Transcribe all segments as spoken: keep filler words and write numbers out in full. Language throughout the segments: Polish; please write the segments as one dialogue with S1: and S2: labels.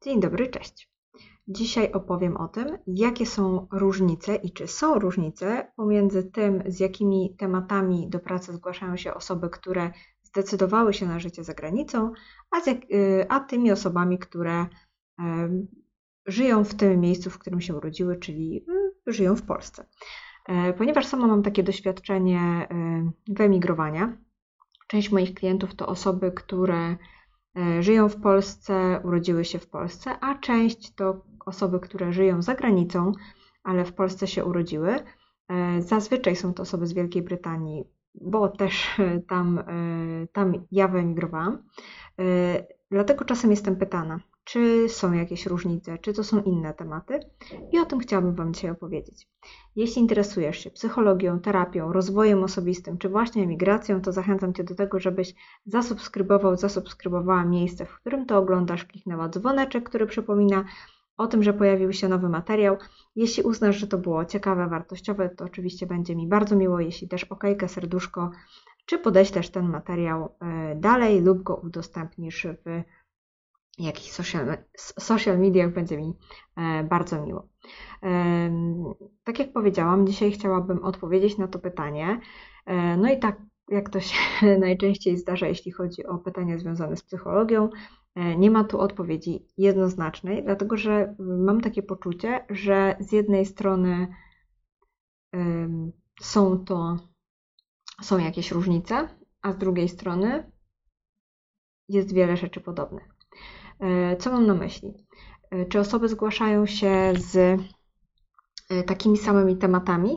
S1: Dzień dobry, cześć. Dzisiaj opowiem o tym, jakie są różnice i czy są różnice pomiędzy tym, z jakimi tematami do pracy zgłaszają się osoby, które zdecydowały się na życie za granicą, a, z jak, a tymi osobami, które um, żyją w tym miejscu, w którym się urodziły, czyli um, żyją w Polsce. E, ponieważ sama mam takie doświadczenie um, wyemigrowania, część moich klientów to osoby, które żyją w Polsce, urodziły się w Polsce, a część to osoby, które żyją za granicą, ale w Polsce się urodziły. Zazwyczaj są to osoby z Wielkiej Brytanii, bo też tam, tam ja wyemigrowałam. Dlatego czasem jestem pytana, czy są jakieś różnice, czy to są inne tematy i o tym chciałabym Wam dzisiaj opowiedzieć. Jeśli interesujesz się psychologią, terapią, rozwojem osobistym, czy właśnie emigracją, to zachęcam Cię do tego, żebyś zasubskrybował, zasubskrybowała miejsce, w którym to oglądasz, kliknęła dzwoneczek, który przypomina o tym, że pojawił się nowy materiał. Jeśli uznasz, że to było ciekawe, wartościowe, to oczywiście będzie mi bardzo miło, jeśli też okejkę, serduszko, czy podeślesz ten materiał dalej lub go udostępnisz w jakichś social, social mediach, będzie mi bardzo miło. Tak jak powiedziałam, dzisiaj chciałabym odpowiedzieć na to pytanie. No i tak jak to się najczęściej zdarza, jeśli chodzi o pytania związane z psychologią, nie ma tu odpowiedzi jednoznacznej, dlatego że mam takie poczucie, że z jednej strony są to są jakieś różnice, a z drugiej strony jest wiele rzeczy podobnych. Co mam na myśli? Czy osoby zgłaszają się z takimi samymi tematami,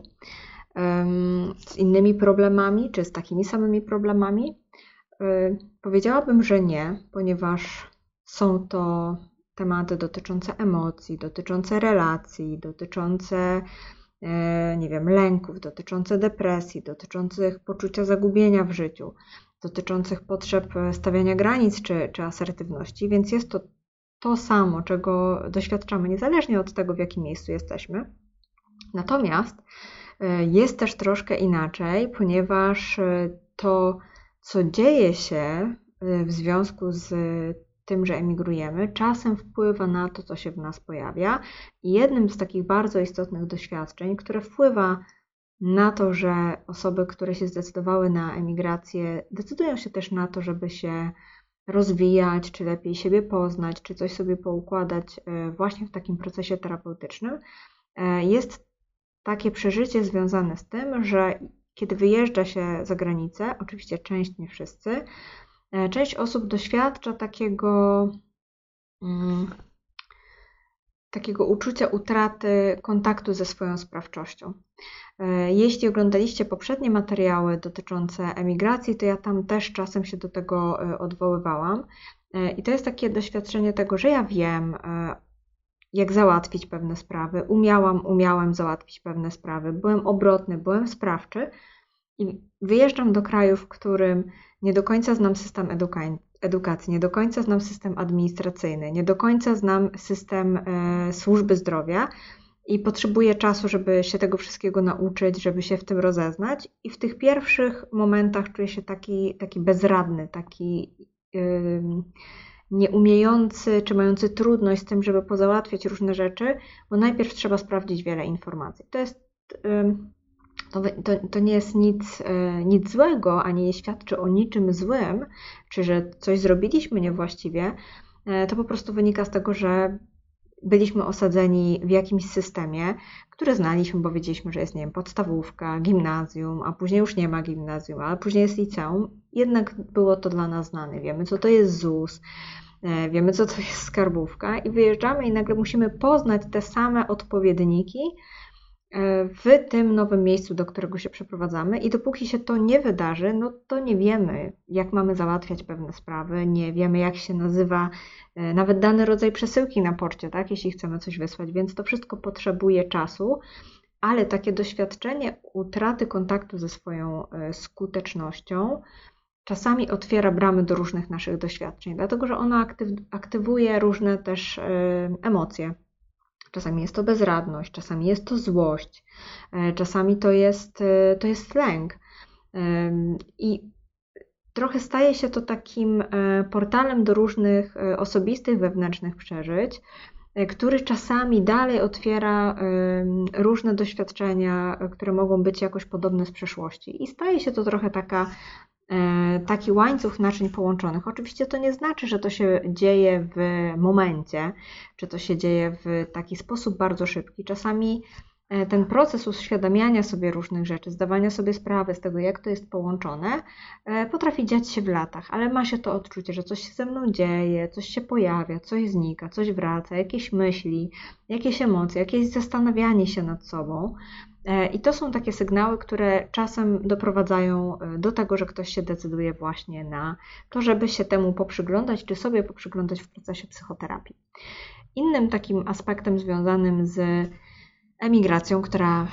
S1: z innymi problemami, czy z takimi samymi problemami? Powiedziałabym, że nie, ponieważ są to tematy dotyczące emocji, dotyczące relacji, dotyczące, nie wiem, lęków, dotyczące depresji, dotyczących poczucia zagubienia w życiu, dotyczących potrzeb stawiania granic czy, czy asertywności, więc jest to to samo, czego doświadczamy, niezależnie od tego, w jakim miejscu jesteśmy. Natomiast jest też troszkę inaczej, ponieważ to, co dzieje się w związku z tym, że emigrujemy, czasem wpływa na to, co się w nas pojawia. I jednym z takich bardzo istotnych doświadczeń, które wpływa na to, że osoby, które się zdecydowały na emigrację, decydują się też na to, żeby się rozwijać, czy lepiej siebie poznać, czy coś sobie poukładać właśnie w takim procesie terapeutycznym, jest takie przeżycie związane z tym, że kiedy wyjeżdża się za granicę, oczywiście część, nie wszyscy, część osób doświadcza takiego, um, takiego uczucia utraty kontaktu ze swoją sprawczością. Jeśli oglądaliście poprzednie materiały dotyczące emigracji, to ja tam też czasem się do tego odwoływałam. I to jest takie doświadczenie tego, że ja wiem, jak załatwić pewne sprawy, umiałam, umiałem załatwić pewne sprawy, byłem obrotny, byłem sprawczy i wyjeżdżam do kraju, w którym nie do końca znam system eduka- edukacji, nie do końca znam system administracyjny, nie do końca znam system e, służby zdrowia i potrzebuję czasu, żeby się tego wszystkiego nauczyć, żeby się w tym rozeznać i w tych pierwszych momentach czuję się taki, taki bezradny, taki yy, nieumiejący, czy mający trudność z tym, żeby pozałatwiać różne rzeczy, bo najpierw trzeba sprawdzić wiele informacji. To jest, to, to, to nie jest nic, nic złego, ani nie świadczy o niczym złym, czy że coś zrobiliśmy niewłaściwie, to po prostu wynika z tego, że byliśmy osadzeni w jakimś systemie, który znaliśmy, bo wiedzieliśmy, że jest, nie wiem, podstawówka, gimnazjum, a później już nie ma gimnazjum, ale później jest liceum. Jednak było to dla nas znane. Wiemy, co to jest ZUS, wiemy, co to jest skarbówka i wyjeżdżamy i nagle musimy poznać te same odpowiedniki w tym nowym miejscu, do którego się przeprowadzamy i dopóki się to nie wydarzy, no to nie wiemy, jak mamy załatwiać pewne sprawy, nie wiemy, jak się nazywa nawet dany rodzaj przesyłki na poczcie, tak, jeśli chcemy coś wysłać, więc to wszystko potrzebuje czasu, ale takie doświadczenie utraty kontaktu ze swoją skutecznością czasami otwiera bramy do różnych naszych doświadczeń, dlatego że ono aktyw, aktywuje różne też emocje. Czasami jest to bezradność, czasami jest to złość, czasami to jest, to jest lęk. I trochę staje się to takim portalem do różnych osobistych, wewnętrznych przeżyć, który czasami dalej otwiera różne doświadczenia, które mogą być jakoś podobne z przeszłości. I staje się to trochę taka, taki łańcuch naczyń połączonych. Oczywiście to nie znaczy, że to się dzieje w momencie, czy to się dzieje w taki sposób bardzo szybki. Czasami ten proces uświadamiania sobie różnych rzeczy, zdawania sobie sprawy z tego, jak to jest połączone, potrafi dziać się w latach, ale ma się to odczucie, że coś się ze mną dzieje, coś się pojawia, coś znika, coś wraca, jakieś myśli, jakieś emocje, jakieś zastanawianie się nad sobą. I to są takie sygnały, które czasem doprowadzają do tego, że ktoś się decyduje właśnie na to, żeby się temu poprzyglądać, czy sobie poprzyglądać w procesie psychoterapii. Innym takim aspektem związanym z emigracją, która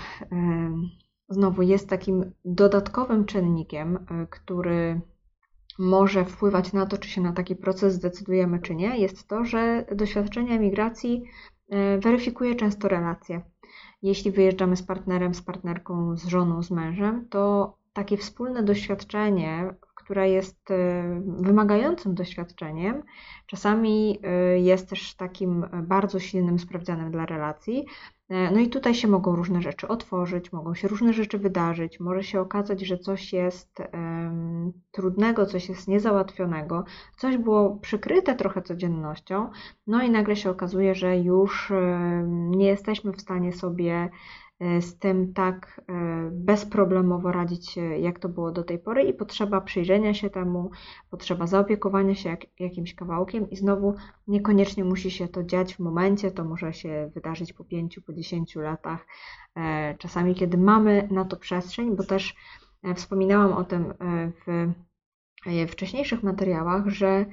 S1: znowu jest takim dodatkowym czynnikiem, który może wpływać na to, czy się na taki proces zdecydujemy, czy nie, jest to, że doświadczenie emigracji weryfikuje często relacje. Jeśli wyjeżdżamy z partnerem, z partnerką, z żoną, z mężem, to takie wspólne doświadczenie, które jest wymagającym doświadczeniem, czasami jest też takim bardzo silnym sprawdzianem dla relacji. No i tutaj się mogą różne rzeczy otworzyć, mogą się różne rzeczy wydarzyć, może się okazać, że coś jest um, trudnego, coś jest niezałatwionego, coś było przykryte trochę codziennością, no i nagle się okazuje, że już um, nie jesteśmy w stanie sobie z tym tak bezproblemowo radzić, jak to było do tej pory i potrzeba przyjrzenia się temu, potrzeba zaopiekowania się jak, jakimś kawałkiem i znowu niekoniecznie musi się to dziać w momencie, to może się wydarzyć po pięciu, po dziesięciu latach, czasami kiedy mamy na to przestrzeń, bo też wspominałam o tym w wcześniejszych materiałach, że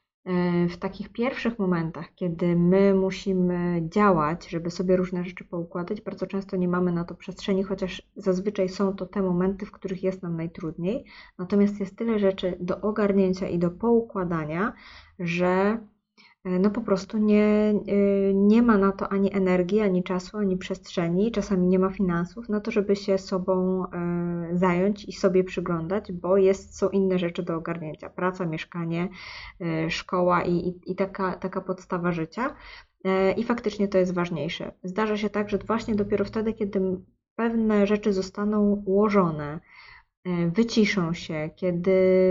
S1: w takich pierwszych momentach, kiedy my musimy działać, żeby sobie różne rzeczy poukładać, bardzo często nie mamy na to przestrzeni, chociaż zazwyczaj są to te momenty, w których jest nam najtrudniej. Natomiast jest tyle rzeczy do ogarnięcia i do poukładania, że no po prostu nie, nie ma na to ani energii, ani czasu, ani przestrzeni, czasami nie ma finansów na to, żeby się sobą zająć i sobie przyglądać, bo jest, są inne rzeczy do ogarnięcia. Praca, mieszkanie, szkoła i, i, i taka, taka podstawa życia. I faktycznie to jest ważniejsze. Zdarza się tak, że właśnie dopiero wtedy, kiedy pewne rzeczy zostaną ułożone, wyciszą się, kiedy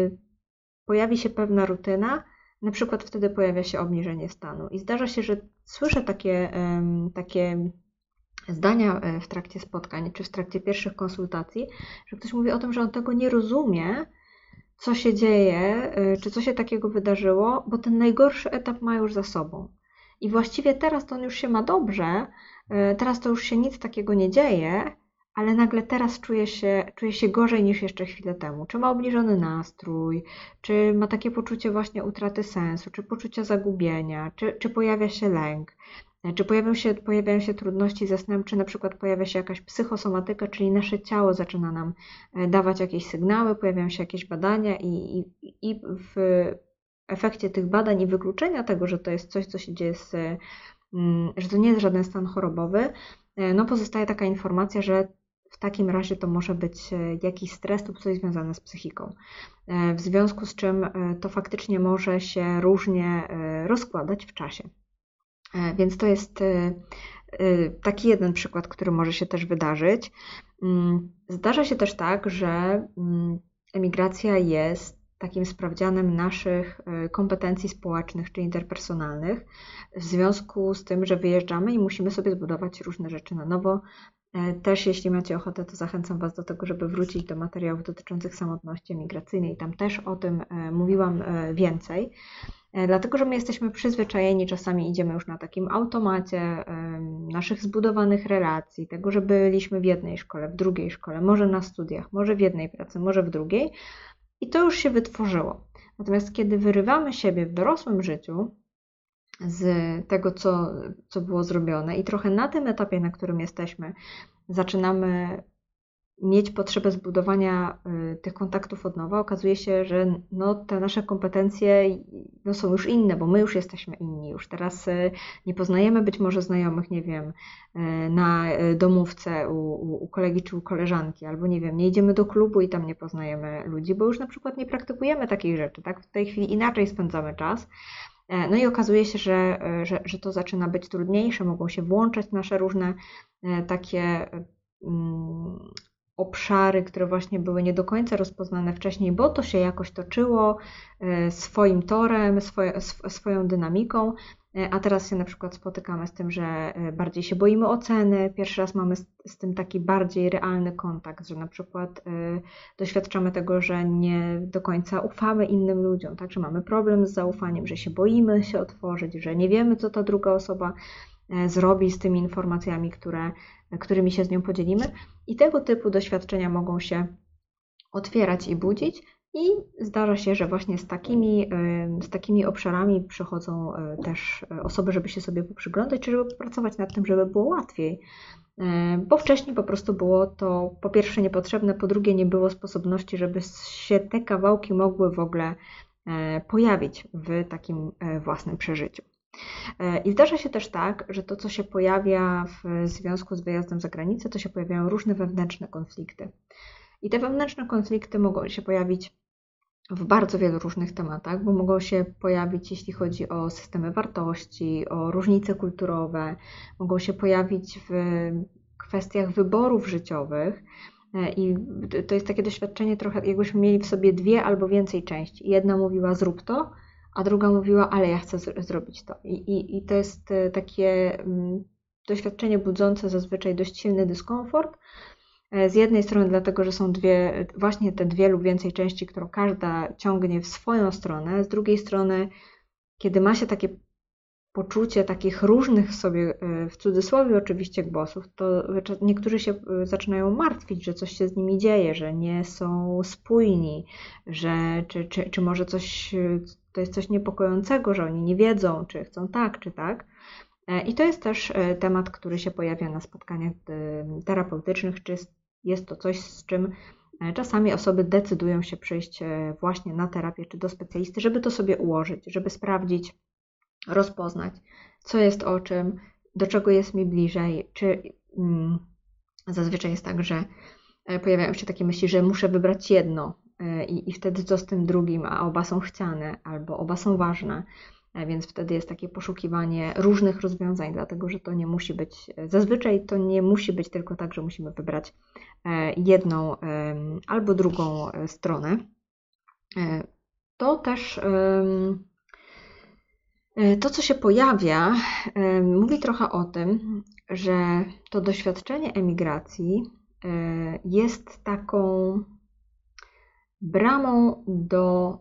S1: pojawi się pewna rutyna, na przykład wtedy pojawia się obniżenie stanu. I zdarza się, że słyszę takie, takie zdania w trakcie spotkań, czy w trakcie pierwszych konsultacji, że ktoś mówi o tym, że on tego nie rozumie, co się dzieje, czy co się takiego wydarzyło, bo ten najgorszy etap ma już za sobą. I właściwie teraz to on już się ma dobrze, teraz to już się nic takiego nie dzieje, ale nagle teraz czuje się, czuje się gorzej niż jeszcze chwilę temu. Czy ma obniżony nastrój, czy ma takie poczucie właśnie utraty sensu, czy poczucia zagubienia, czy, czy pojawia się lęk, czy pojawiają się, pojawiają się trudności ze snem, czy na przykład pojawia się jakaś psychosomatyka, czyli nasze ciało zaczyna nam dawać jakieś sygnały, pojawiają się jakieś badania i, i, i w efekcie tych badań i wykluczenia tego, że to jest coś, co się dzieje z, że to nie jest żaden stan chorobowy, no pozostaje taka informacja, że w takim razie to może być jakiś stres lub coś związane z psychiką. W związku z czym to faktycznie może się różnie rozkładać w czasie. Więc to jest taki jeden przykład, który może się też wydarzyć. Zdarza się też tak, że emigracja jest takim sprawdzianem naszych kompetencji społecznych czy interpersonalnych w związku z tym, że wyjeżdżamy i musimy sobie zbudować różne rzeczy na nowo. Też jeśli macie ochotę, to zachęcam Was do tego, żeby wrócić do materiałów dotyczących samotności emigracyjnej. Tam też o tym mówiłam więcej, dlatego że my jesteśmy przyzwyczajeni, czasami idziemy już na takim automacie naszych zbudowanych relacji, tego, że byliśmy w jednej szkole, w drugiej szkole, może na studiach, może w jednej pracy, może w drugiej i to już się wytworzyło. Natomiast kiedy wyrywamy siebie w dorosłym życiu z tego, co, co było zrobione i trochę na tym etapie, na którym jesteśmy, zaczynamy mieć potrzebę zbudowania tych kontaktów od nowa, okazuje się, że no, te nasze kompetencje no, są już inne, bo my już jesteśmy inni. Już teraz nie poznajemy być może znajomych, nie wiem, na domówce u, u kolegi czy u koleżanki, albo nie wiem, nie idziemy do klubu i tam nie poznajemy ludzi, bo już na przykład nie praktykujemy takich rzeczy, tak? W tej chwili inaczej spędzamy czas. No i okazuje się, że, że, że to zaczyna być trudniejsze, mogą się włączać nasze różne takie um, obszary, które właśnie były nie do końca rozpoznane wcześniej, bo to się jakoś toczyło swoim torem, swoje, swoją dynamiką, a teraz się na przykład spotykamy z tym, że bardziej się boimy oceny, pierwszy raz mamy z, z tym taki bardziej realny kontakt, że na przykład y, doświadczamy tego, że nie do końca ufamy innym ludziom, tak, że mamy problem z zaufaniem, że się boimy się otworzyć, że nie wiemy, co ta druga osoba zrobi z tymi informacjami, które, którymi się z nią podzielimy. I tego typu doświadczenia mogą się otwierać i budzić i zdarza się, że właśnie z takimi, z takimi obszarami przychodzą też osoby, żeby się sobie poprzyglądać, czy żeby popracować nad tym, żeby było łatwiej. Bo wcześniej po prostu było to po pierwsze niepotrzebne, po drugie nie było sposobności, żeby się te kawałki mogły w ogóle pojawić w takim własnym przeżyciu. I zdarza się też tak, że to, co się pojawia w związku z wyjazdem za granicę, to się pojawiają różne wewnętrzne konflikty. I te wewnętrzne konflikty mogą się pojawić w bardzo wielu różnych tematach, bo mogą się pojawić, jeśli chodzi o systemy wartości, o różnice kulturowe, mogą się pojawić w kwestiach wyborów życiowych. I to jest takie doświadczenie trochę, jakbyśmy mieli w sobie dwie albo więcej części. Jedna mówiła zrób to, a druga mówiła, ale ja chcę z- zrobić to. I, i, I to jest takie mm, doświadczenie budzące zazwyczaj dość silny dyskomfort. Z jednej strony dlatego, że są dwie, właśnie te dwie lub więcej części, którą każda ciągnie w swoją stronę. Z drugiej strony, kiedy ma się takie poczucie takich różnych w sobie, w cudzysłowie oczywiście, głosów, to niektórzy się zaczynają martwić, że coś się z nimi dzieje, że nie są spójni, że czy, czy, czy może coś, to jest coś niepokojącego, że oni nie wiedzą, czy chcą tak, czy tak. I to jest też temat, który się pojawia na spotkaniach terapeutycznych, czy jest to coś, z czym czasami osoby decydują się przyjść właśnie na terapię, czy do specjalisty, żeby to sobie ułożyć, żeby sprawdzić, rozpoznać, co jest o czym, do czego jest mi bliżej, czy mm, zazwyczaj jest tak, że pojawiają się takie myśli, że muszę wybrać jedno i, i wtedy co z tym drugim, a oba są chciane albo oba są ważne, więc wtedy jest takie poszukiwanie różnych rozwiązań, dlatego że to nie musi być, zazwyczaj to nie musi być tylko tak, że musimy wybrać jedną albo drugą stronę. To też To, co się pojawia, mówi trochę o tym, że to doświadczenie emigracji jest taką bramą do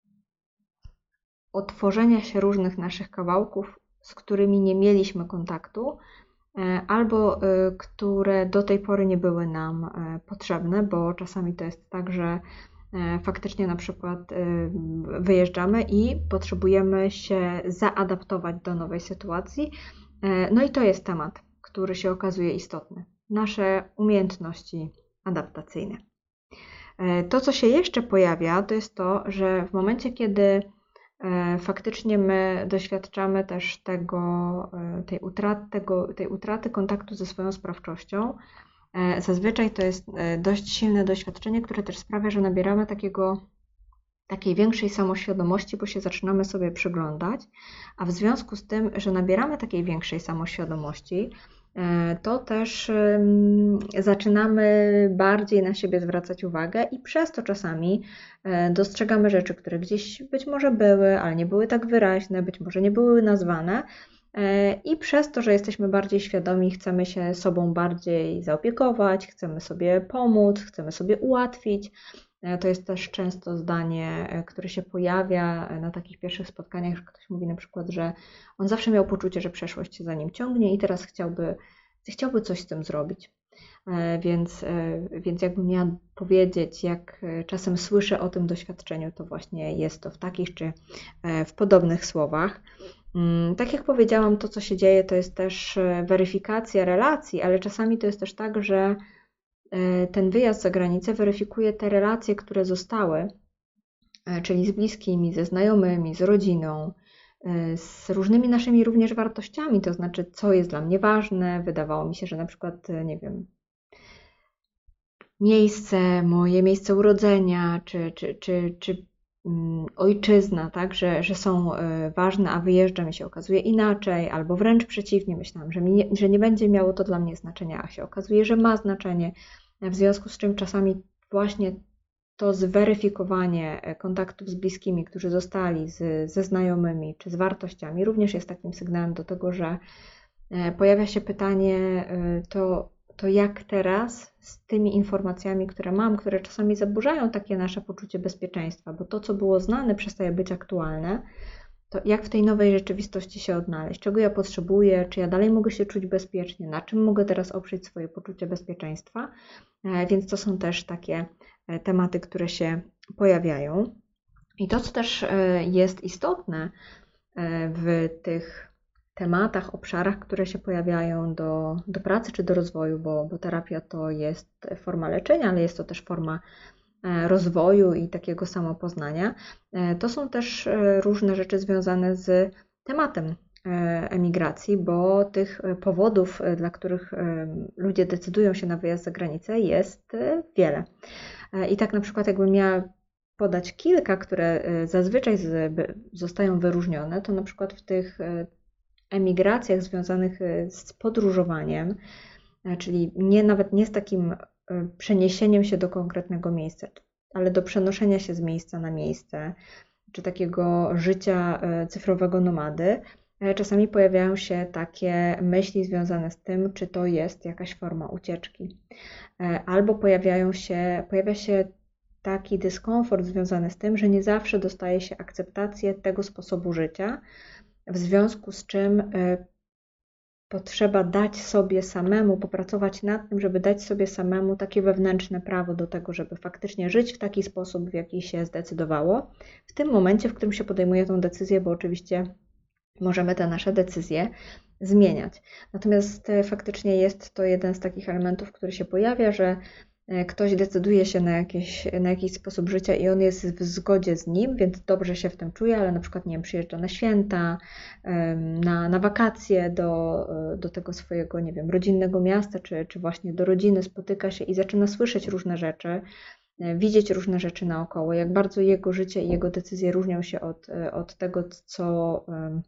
S1: otworzenia się różnych naszych kawałków, z którymi nie mieliśmy kontaktu, albo które do tej pory nie były nam potrzebne, bo czasami to jest tak, że faktycznie na przykład wyjeżdżamy i potrzebujemy się zaadaptować do nowej sytuacji. No i to jest temat, który się okazuje istotny. Nasze umiejętności adaptacyjne. To, co się jeszcze pojawia, to jest to, że w momencie, kiedy faktycznie my doświadczamy też tego, tej utraty, tego, tej utraty kontaktu ze swoją sprawczością, zazwyczaj to jest dość silne doświadczenie, które też sprawia, że nabieramy takiego, takiej większej samoświadomości, bo się zaczynamy sobie przyglądać, a w związku z tym, że nabieramy takiej większej samoświadomości, to też zaczynamy bardziej na siebie zwracać uwagę i przez to czasami dostrzegamy rzeczy, które gdzieś być może były, ale nie były tak wyraźne, być może nie były nazwane. I przez to, że jesteśmy bardziej świadomi, chcemy się sobą bardziej zaopiekować, chcemy sobie pomóc, chcemy sobie ułatwić. To jest też często zdanie, które się pojawia na takich pierwszych spotkaniach, że ktoś mówi na przykład, że on zawsze miał poczucie, że przeszłość się za nim ciągnie i teraz chciałby, chciałby coś z tym zrobić. Więc, więc jakbym miała powiedzieć, jak czasem słyszę o tym doświadczeniu, to właśnie jest to w takich czy w podobnych słowach. Tak jak powiedziałam, to co się dzieje to jest też weryfikacja relacji, ale czasami to jest też tak, że ten wyjazd za granicę weryfikuje te relacje, które zostały, czyli z bliskimi, ze znajomymi, z rodziną, z różnymi naszymi również wartościami, to znaczy, co jest dla mnie ważne. Wydawało mi się, że na przykład, nie wiem, miejsce, moje miejsce urodzenia, czy, czy, czy, czy um, ojczyzna, tak, że, że są ważne, a wyjeżdżam i się okazuje inaczej, albo wręcz przeciwnie, myślałam, że, mi nie, że nie będzie miało to dla mnie znaczenia, a się okazuje, że ma znaczenie, w związku z czym czasami właśnie to zweryfikowanie kontaktów z bliskimi, którzy zostali, z, ze znajomymi czy z wartościami, również jest takim sygnałem do tego, że pojawia się pytanie, to, to jak teraz z tymi informacjami, które mam, które czasami zaburzają takie nasze poczucie bezpieczeństwa, bo to, co było znane, przestaje być aktualne, to jak w tej nowej rzeczywistości się odnaleźć, czego ja potrzebuję, czy ja dalej mogę się czuć bezpiecznie, na czym mogę teraz oprzeć swoje poczucie bezpieczeństwa, więc to są też takie tematy, które się pojawiają. I to, co też jest istotne w tych tematach, obszarach, które się pojawiają do, do pracy czy do rozwoju, bo, bo terapia to jest forma leczenia, ale jest to też forma rozwoju i takiego samopoznania, to są też różne rzeczy związane z tematem emigracji, bo tych powodów, dla których ludzie decydują się na wyjazd za granicę, jest wiele. I tak na przykład jakbym miała podać kilka, które zazwyczaj zostają wyróżnione, to na przykład w tych emigracjach związanych z podróżowaniem, czyli nie, nawet nie z takim przeniesieniem się do konkretnego miejsca, ale do przenoszenia się z miejsca na miejsce, czy takiego życia cyfrowego nomady, czasami pojawiają się takie myśli związane z tym, czy to jest jakaś forma ucieczki. Albo pojawiają się, pojawia się taki dyskomfort związany z tym, że nie zawsze dostaje się akceptację tego sposobu życia, w związku z czym potrzeba dać sobie samemu, popracować nad tym, żeby dać sobie samemu takie wewnętrzne prawo do tego, żeby faktycznie żyć w taki sposób, w jaki się zdecydowało, w tym momencie, w którym się podejmuje tą decyzję, bo oczywiście możemy te nasze decyzje zmieniać. Natomiast faktycznie jest to jeden z takich elementów, który się pojawia, że ktoś decyduje się na, jakieś, na jakiś sposób życia i on jest w zgodzie z nim, więc dobrze się w tym czuje, ale na przykład, nie wiem, przyjeżdża na święta, na, na wakacje do, do tego swojego, nie wiem, rodzinnego miasta, czy, czy właśnie do rodziny, spotyka się i zaczyna słyszeć różne rzeczy, widzieć różne rzeczy naokoło, jak bardzo jego życie i jego decyzje różnią się od, od tego, co...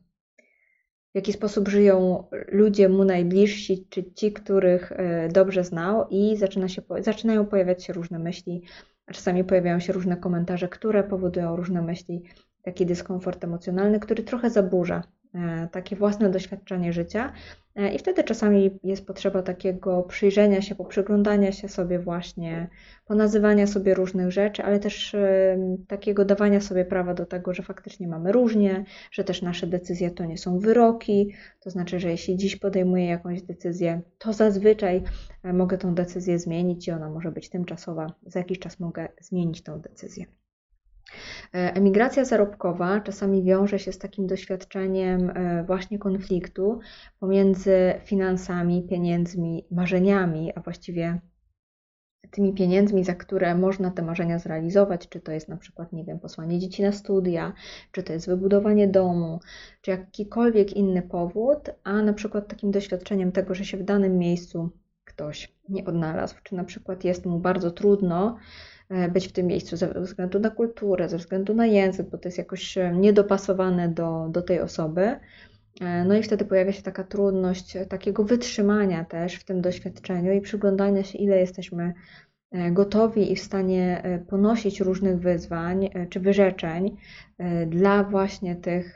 S1: w jaki sposób żyją ludzie mu najbliżsi, czy ci, których dobrze znał, i zaczyna się, zaczynają pojawiać się różne myśli, a czasami pojawiają się różne komentarze, które powodują różne myśli, taki dyskomfort emocjonalny, który trochę zaburza takie własne doświadczenie życia, i wtedy czasami jest potrzeba takiego przyjrzenia się, poprzyglądania się sobie właśnie, ponazywania sobie różnych rzeczy, ale też takiego dawania sobie prawa do tego, że faktycznie mamy różnie, że też nasze decyzje to nie są wyroki, to znaczy, że jeśli dziś podejmuję jakąś decyzję, to zazwyczaj mogę tą decyzję zmienić i ona może być tymczasowa, za jakiś czas mogę zmienić tą decyzję. Emigracja zarobkowa czasami wiąże się z takim doświadczeniem właśnie konfliktu pomiędzy finansami, pieniędzmi, marzeniami, a właściwie tymi pieniędzmi, za które można te marzenia zrealizować, czy to jest na przykład, nie wiem, posłanie dzieci na studia, czy to jest wybudowanie domu, czy jakikolwiek inny powód, a na przykład takim doświadczeniem tego, że się w danym miejscu ktoś nie odnalazł, czy na przykład jest mu bardzo trudno być w tym miejscu ze względu na kulturę, ze względu na język, bo to jest jakoś niedopasowane do, do tej osoby. No i wtedy pojawia się taka trudność takiego wytrzymania też w tym doświadczeniu i przyglądania się, ile jesteśmy gotowi i w stanie ponosić różnych wyzwań czy wyrzeczeń dla właśnie tych,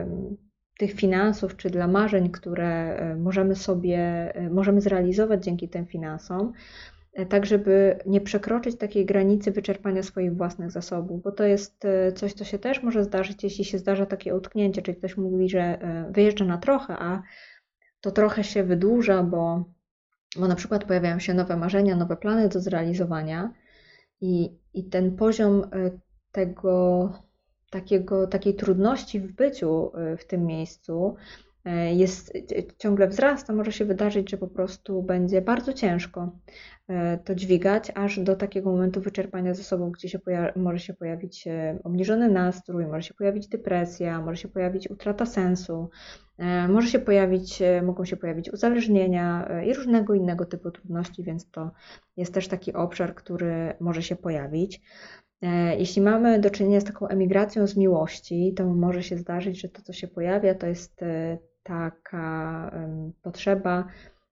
S1: tych finansów, czy dla marzeń, które możemy sobie, możemy zrealizować dzięki tym finansom, tak żeby nie przekroczyć takiej granicy wyczerpania swoich własnych zasobów, bo to jest coś, co się też może zdarzyć, jeśli się zdarza takie utknięcie, czyli ktoś mówi, że wyjeżdża na trochę, a to trochę się wydłuża, bo, bo na przykład pojawiają się nowe marzenia, nowe plany do zrealizowania i, i ten poziom tego, takiego, takiej trudności w byciu w tym miejscu jest, ciągle wzrasta, może się wydarzyć, że po prostu będzie bardzo ciężko to dźwigać, aż do takiego momentu wyczerpania zasobów, gdzie się poja- może się pojawić obniżony nastrój, może się pojawić depresja, może się pojawić utrata sensu, może się pojawić, mogą się pojawić uzależnienia i różnego innego typu trudności, więc to jest też taki obszar, który może się pojawić. Jeśli mamy do czynienia z taką emigracją z miłości, to może się zdarzyć, że to, co się pojawia, to jest taka potrzeba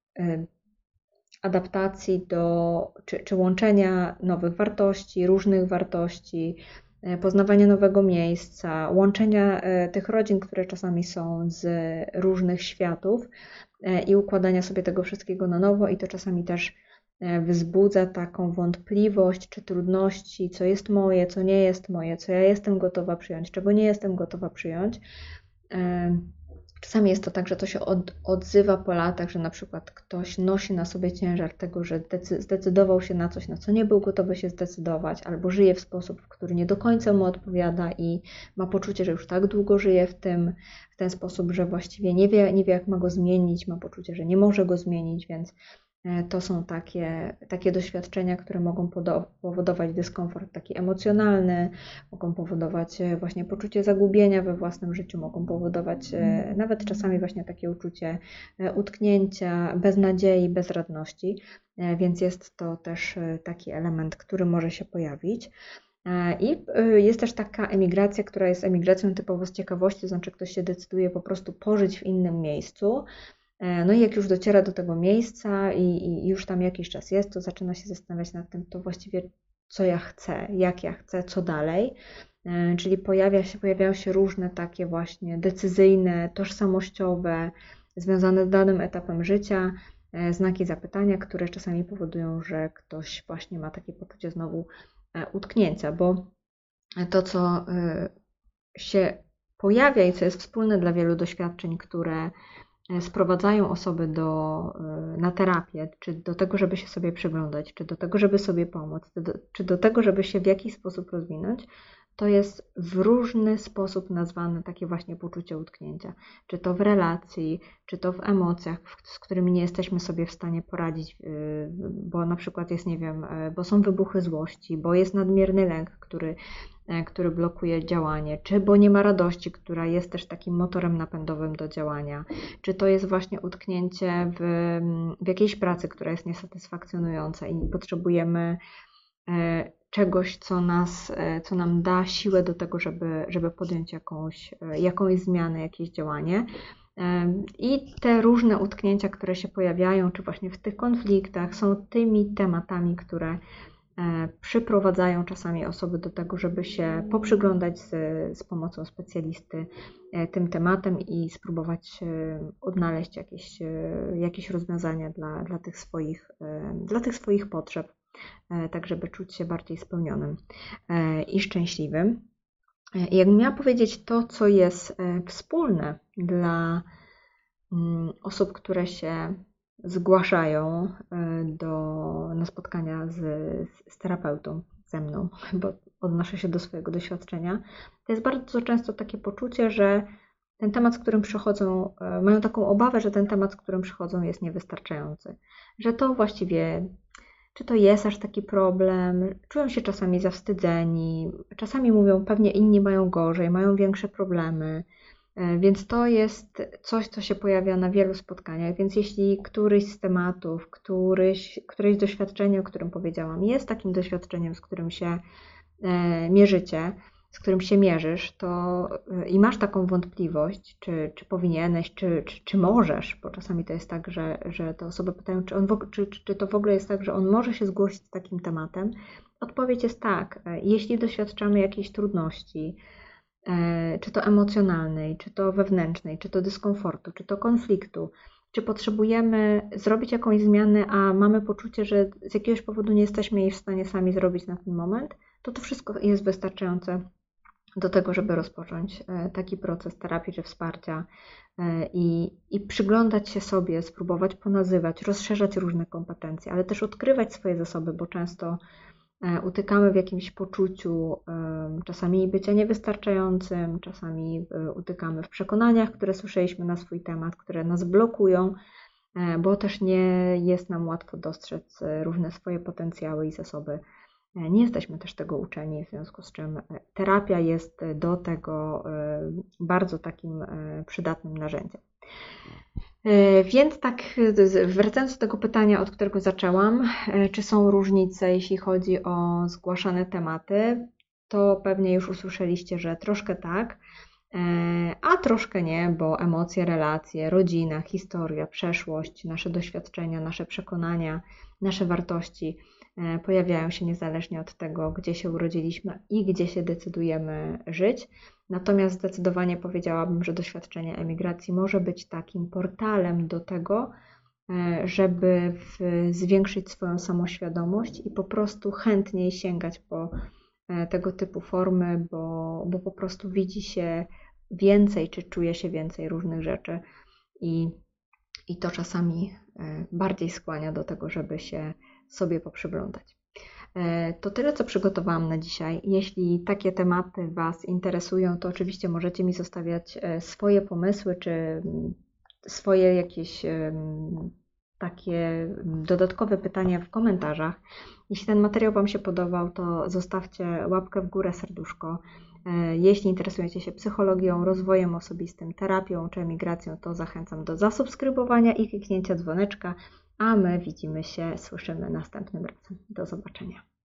S1: adaptacji do, czy, czy łączenia nowych wartości, różnych wartości, poznawania nowego miejsca, łączenia tych rodzin, które czasami są z różnych światów i układania sobie tego wszystkiego na nowo, i to czasami też wzbudza taką wątpliwość czy trudności, co jest moje, co nie jest moje, co ja jestem gotowa przyjąć, czego nie jestem gotowa przyjąć. Czasami jest to tak, że to się od, odzywa po latach, że na przykład ktoś nosi na sobie ciężar tego, że decy, zdecydował się na coś, na co nie był gotowy się zdecydować, albo żyje w sposób, który nie do końca mu odpowiada i ma poczucie, że już tak długo żyje w tym, w ten sposób, że właściwie nie wie, nie wie jak ma go zmienić, ma poczucie, że nie może go zmienić, więc to są takie, takie doświadczenia, które mogą powodować dyskomfort taki emocjonalny, mogą powodować właśnie poczucie zagubienia we własnym życiu, mogą powodować nawet czasami właśnie takie uczucie utknięcia, beznadziei, bezradności, więc jest to też taki element, który może się pojawić. I jest też taka emigracja, która jest emigracją typowo z ciekawości, to znaczy ktoś się decyduje po prostu pożyć w innym miejscu. No i jak już dociera do tego miejsca i, i już tam jakiś czas jest, to zaczyna się zastanawiać nad tym, to właściwie co ja chcę, jak ja chcę, co dalej. Czyli pojawia się, pojawiają się różne takie właśnie decyzyjne, tożsamościowe, związane z danym etapem życia, znaki zapytania, które czasami powodują, że ktoś właśnie ma takie poczucie znowu utknięcia, bo to, co się pojawia i co jest wspólne dla wielu doświadczeń, które sprowadzają osoby do, na terapię, czy do tego, żeby się sobie przyglądać, czy do tego, żeby sobie pomóc, czy do, czy do tego, żeby się w jakiś sposób rozwinąć, to jest w różny sposób nazwane takie właśnie poczucie utknięcia. Czy to w relacji, czy to w emocjach, z którymi nie jesteśmy sobie w stanie poradzić, bo na przykład jest, nie wiem, bo są wybuchy złości, bo jest nadmierny lęk, który który blokuje działanie, czy bo nie ma radości, która jest też takim motorem napędowym do działania, czy to jest właśnie utknięcie w, w jakiejś pracy, która jest niesatysfakcjonująca i potrzebujemy czegoś, co, nas, co nam da siłę do tego, żeby, żeby podjąć jakąś, jakąś zmianę, jakieś działanie. I te różne utknięcia, które się pojawiają, czy właśnie w tych konfliktach, są tymi tematami, które przyprowadzają czasami osoby do tego, żeby się poprzyglądać z, z pomocą specjalisty tym tematem i spróbować odnaleźć jakieś, jakieś rozwiązania dla, dla, tych swoich, dla tych swoich potrzeb, tak żeby czuć się bardziej spełnionym i szczęśliwym. I jakbym miała powiedzieć to, co jest wspólne dla osób, które się zgłaszają do, na spotkania z, z terapeutą, ze mną, bo odnoszę się do swojego doświadczenia, to jest bardzo często takie poczucie, że ten temat, z którym przychodzą, mają taką obawę, że ten temat, z którym przychodzą, jest niewystarczający. Że to właściwie, czy to jest aż taki problem, czują się czasami zawstydzeni, czasami mówią, pewnie inni mają gorzej, mają większe problemy. Więc to jest coś, co się pojawia na wielu spotkaniach, więc jeśli któryś z tematów, któryś, któreś doświadczenie, o którym powiedziałam, jest takim doświadczeniem, z którym się mierzycie, z którym się mierzysz, to i masz taką wątpliwość, czy, czy powinieneś, czy, czy, czy możesz, bo czasami to jest tak, że, że te osoby pytają, czy, on w, czy, czy to w ogóle jest tak, że on może się zgłosić z takim tematem. Odpowiedź jest tak. Jeśli doświadczamy jakiejś trudności, czy to emocjonalnej, czy to wewnętrznej, czy to dyskomfortu, czy to konfliktu, czy potrzebujemy zrobić jakąś zmianę, a mamy poczucie, że z jakiegoś powodu nie jesteśmy jej w stanie sami zrobić na ten moment, to to wszystko jest wystarczające do tego, żeby rozpocząć taki proces terapii czy wsparcia i, i przyglądać się sobie, spróbować ponazywać, rozszerzać różne kompetencje, ale też odkrywać swoje zasoby, bo często utykamy w jakimś poczuciu czasami bycia niewystarczającym, czasami utykamy w przekonaniach, które słyszeliśmy na swój temat, które nas blokują, bo też nie jest nam łatwo dostrzec różne swoje potencjały i zasoby. Nie jesteśmy też tego uczeni, w związku z czym terapia jest do tego bardzo takim przydatnym narzędziem. Więc tak, wracając do tego pytania, od którego zaczęłam, czy są różnice, jeśli chodzi o zgłaszane tematy, to pewnie już usłyszeliście, że troszkę tak, a troszkę nie, bo emocje, relacje, rodzina, historia, przeszłość, nasze doświadczenia, nasze przekonania, nasze wartości pojawiają się niezależnie od tego, gdzie się urodziliśmy i gdzie się decydujemy żyć. Natomiast zdecydowanie powiedziałabym, że doświadczenie emigracji może być takim portalem do tego, żeby zwiększyć swoją samoświadomość i po prostu chętniej sięgać po tego typu formy, bo, bo po prostu widzi się więcej, czy czuje się więcej różnych rzeczy i, i to czasami bardziej skłania do tego, żeby się sobie poprzyglądać. To tyle, co przygotowałam na dzisiaj. Jeśli takie tematy Was interesują, to oczywiście możecie mi zostawiać swoje pomysły, czy swoje jakieś takie dodatkowe pytania w komentarzach. Jeśli ten materiał Wam się podobał, to zostawcie łapkę w górę, serduszko. Jeśli interesujecie się psychologią, rozwojem osobistym, terapią czy emigracją, to zachęcam do zasubskrybowania i kliknięcia dzwoneczka, a my widzimy się, słyszymy następnym razem. Do zobaczenia.